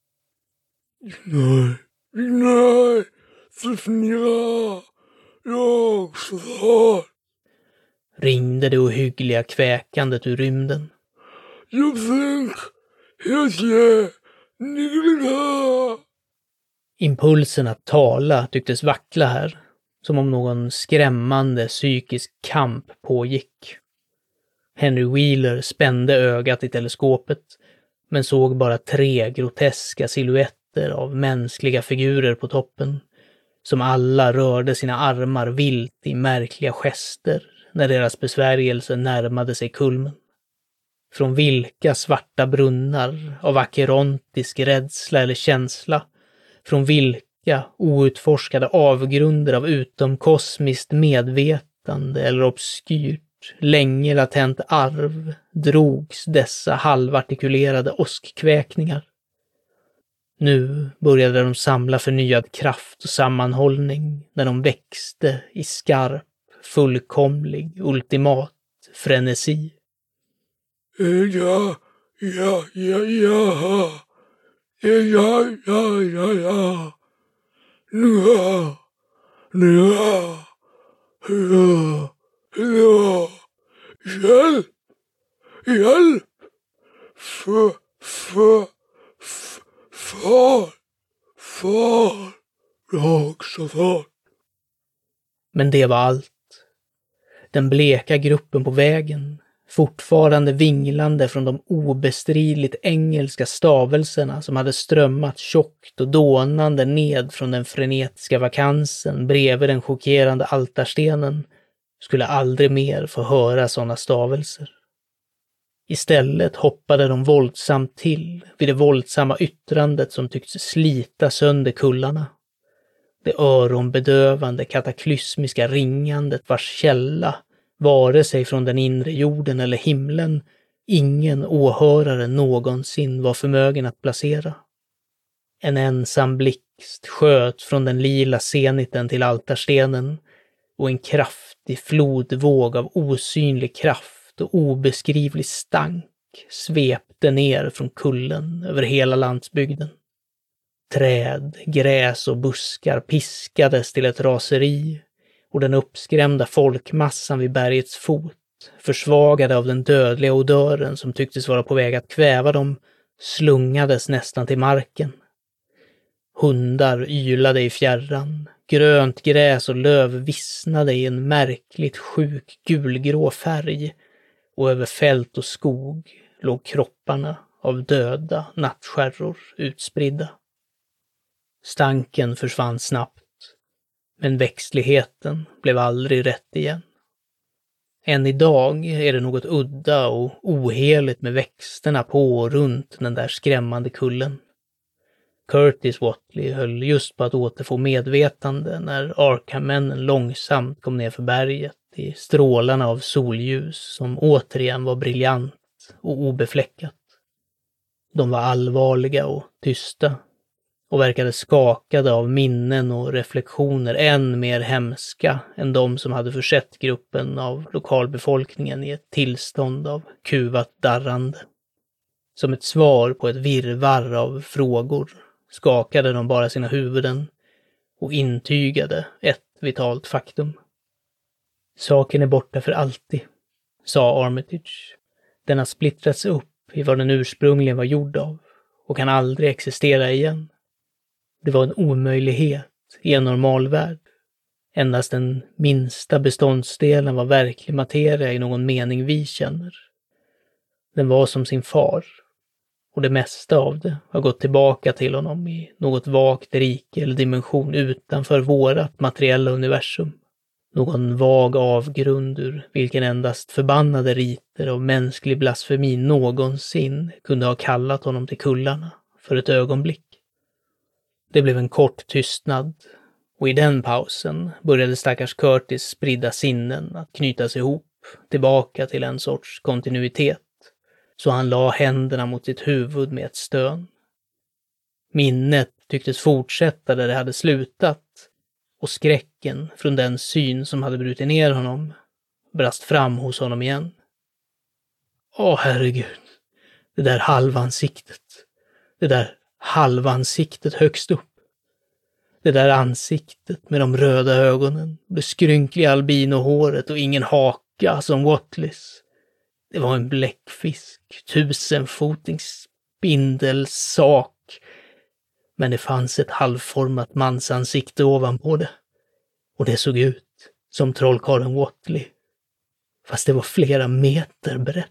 Nej, nej, Sefnira, jag svar. Ringde det ohyggliga kväkandet ur rymden. Jag tänk, Hesle, Nigrika. Impulsen att tala tycktes vackla här, som om någon skrämmande psykisk kamp pågick. Henry Wheeler spände ögat i teleskopet, men såg bara tre groteska silhuetter av mänskliga figurer på toppen, som alla rörde sina armar vilt i märkliga gester när deras besvärjelse närmade sig kulmen. Från vilka svarta brunnar av akerontisk rädsla eller känsla, från vilka outforskade avgrunder av utomkosmiskt medvetande eller obskyrt, länge latent arv drogs dessa halvartikulerade åskkväkningar. Nu började de samla förnyad kraft och sammanhållning när de växte i skarp, fullkomlig, ultimat frenesi. Ja, ja, ja, ja, ja, ja, ja, ja, ja, ja, ja, ja, hjälp, hjälp, för, för, för, för, jag så för. Men det var allt. Den bleka gruppen på vägen, fortfarande vinglande från de obestridligt engelska stavelserna som hade strömmat tjockt och dånande ned från den frenetiska vakansen bredvid den chockerande altarstenen, skulle aldrig mer få höra sådana stavelser. Istället hoppade de våldsamt till vid det våldsamma yttrandet som tycktes slita sönder kullarna. Det öronbedövande kataklysmiska ringandet vars källa, vare sig från den inre jorden eller himlen, ingen åhörare någonsin var förmögen att placera. En ensam blixt sköt från den lila seniten till altarstenen och en kraftig flodvåg av osynlig kraft och obeskrivlig stank svepte ner från kullen över hela landsbygden. Träd, gräs och buskar piskades till ett raseri och den uppskrämda folkmassan vid bergets fot, försvagade av den dödliga odören som tycktes vara på väg att kväva dem, slungades nästan till marken. Hundar ylade i fjärran, grönt gräs och löv vissnade i en märkligt sjuk gulgrå färg och över fält och skog låg kropparna av döda nattskärror utspridda. Stanken försvann snabbt, men växtligheten blev aldrig rätt igen. Än idag är det något udda och oheligt med växterna på och runt den där skrämmande kullen. Curtis Watley höll just på att återfå medvetande när Arkham-männen långsamt kom ner för berget i strålarna av solljus som återigen var briljant och obefläckat. De var allvarliga och tysta och verkade skakade av minnen och reflektioner än mer hemska än de som hade försett gruppen av lokalbefolkningen i ett tillstånd av kuvat darrande. Som ett svar på ett virrvarr av frågor skakade de bara sina huvuden och intygade ett vitalt faktum. Saken är borta för alltid, sa Armitage. Den har splittrats upp i vad den ursprungligen var gjord av och kan aldrig existera igen. Det var en omöjlighet i en normal värld. Endast den minsta beståndsdelen var verklig materia i någon mening vi känner. Den var som sin far, och det mesta av det har gått tillbaka till honom i något vagt rike eller dimension utanför vårat materiella universum. Någon vag avgrund ur vilken endast förbannade riter av mänsklig blasfemi någonsin kunde ha kallat honom till kullarna för ett ögonblick. Det blev en kort tystnad, och i den pausen började stackars Curtis spridda sinnen att knytas ihop, tillbaka till en sorts kontinuitet, så han la händerna mot sitt huvud med ett stön. Minnet tycktes fortsätta där det hade slutat, och skräcken från den syn som hade brutit ner honom brast fram hos honom igen. Åh herregud, det där halvansiktet, det där halvansiktet högst upp. Det där ansiktet med de röda ögonen, det skrynkliga albinohåret och ingen haka som Watlys. Det var en bläckfisk, tusenfotings spindelsak. Men det fanns ett halvformat mansansikte ovanpå det. Och det såg ut som trollkarlen Watley. Fast det var flera meter brett.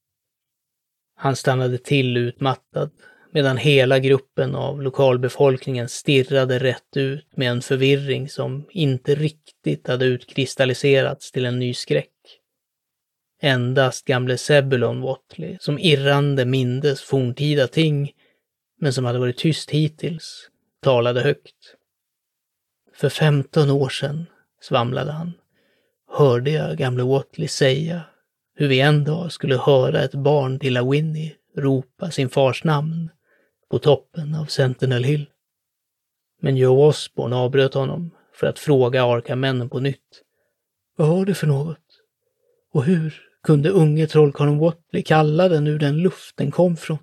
Han stannade till utmattad, medan hela gruppen av lokalbefolkningen stirrade rätt ut med en förvirring som inte riktigt hade utkristalliserats till en ny skräck. Endast gamle Zebulon Watley, som irrande mindes forntida ting, men som hade varit tyst hittills, talade högt. För femton år sedan, svamlade han, hörde jag gamle Watley säga hur vi en dag skulle höra ett barn till Winnie ropa sin fars namn på toppen av Sentinel Hill. Men Joe Osborne avbröt honom för att fråga Arkham-männen på nytt. Vad var det för något? Och hur kunde unge trollkarlen Watley kalla den ur den luft den kom från?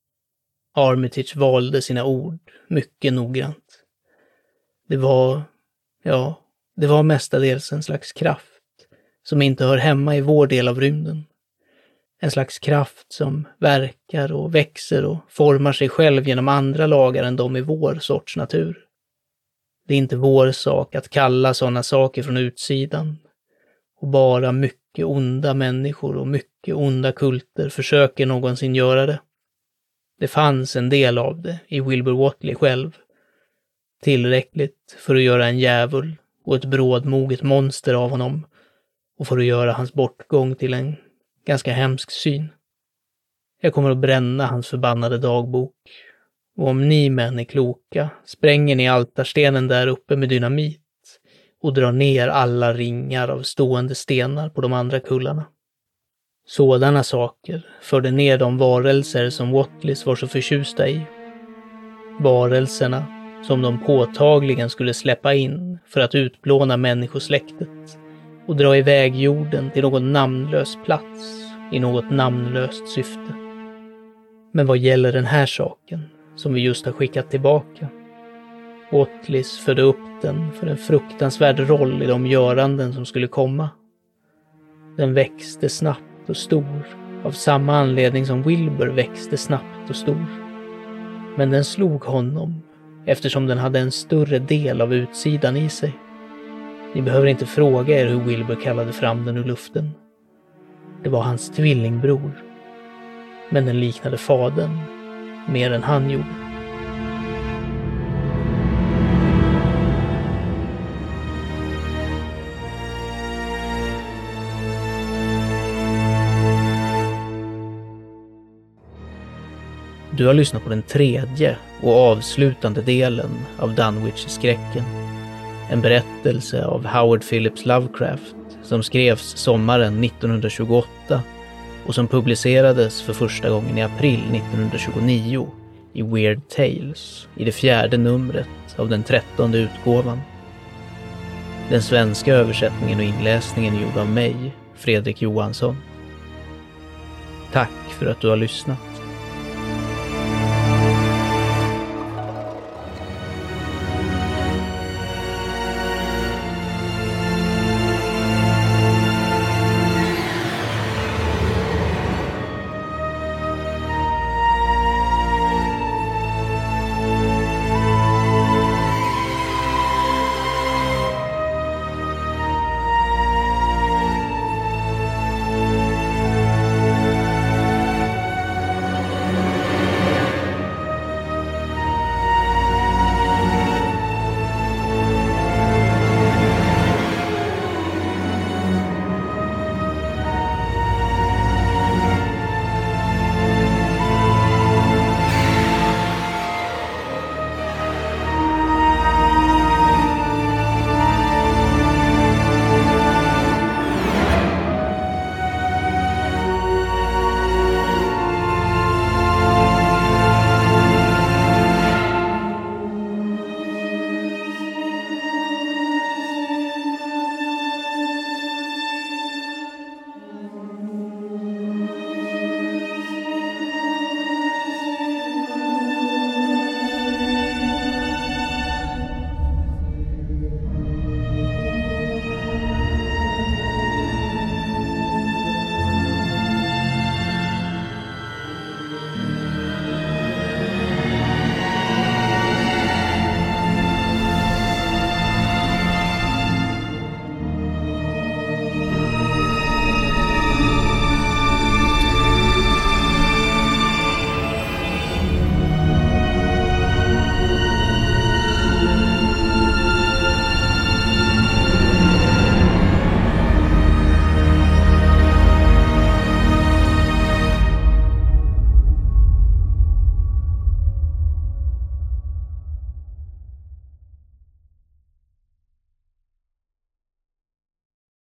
Armitage valde sina ord mycket noggrant. Det var, ja, det var mestadels en slags kraft som inte hör hemma i vår del av rymden. En slags kraft som verkar och växer och formar sig själv genom andra lagar än de i vår sorts natur. Det är inte vår sak att kalla sådana saker från utsidan. Och bara mycket onda människor och mycket onda kulter försöker någonsin göra det. Det fanns en del av det i Wilbur Watley själv. Tillräckligt för att göra en djävul och ett brådmoget monster av honom och för att göra hans bortgång till en ganska hemsk syn. Jag kommer att bränna hans förbannade dagbok. Och om ni män är kloka spränger ni altarstenen där uppe med dynamit och drar ner alla ringar av stående stenar på de andra kullarna. Sådana saker förde ner de varelser som Watleys var så förtjusta i. Varelserna som de påtagligen skulle släppa in för att utplåna människosläktet och dra iväg jorden till någon namnlös plats i något namnlöst syfte. Men vad gäller den här saken som vi just har skickat tillbaka? Watleys förde upp den för en fruktansvärd roll i de göranden som skulle komma. Den växte snabbt och stor, av samma anledning som Wilbur växte snabbt och stor. Men den slog honom, eftersom den hade en större del av utsidan i sig. Ni behöver inte fråga er hur Wilbur kallade fram den ur luften. Det var hans tvillingbror. Men den liknade fadern mer än han gjorde. Du har lyssnat på den tredje och avslutande delen av Dunwich-skräcken. En berättelse av Howard Phillips Lovecraft som skrevs sommaren nittonhundratjugoåtta och som publicerades för första gången i april nittonhundratjugonio i Weird Tales i det fjärde numret av den trettonde utgåvan. Den svenska översättningen och inläsningen är gjord av mig, Fredrik Johansson. Tack för att du har lyssnat.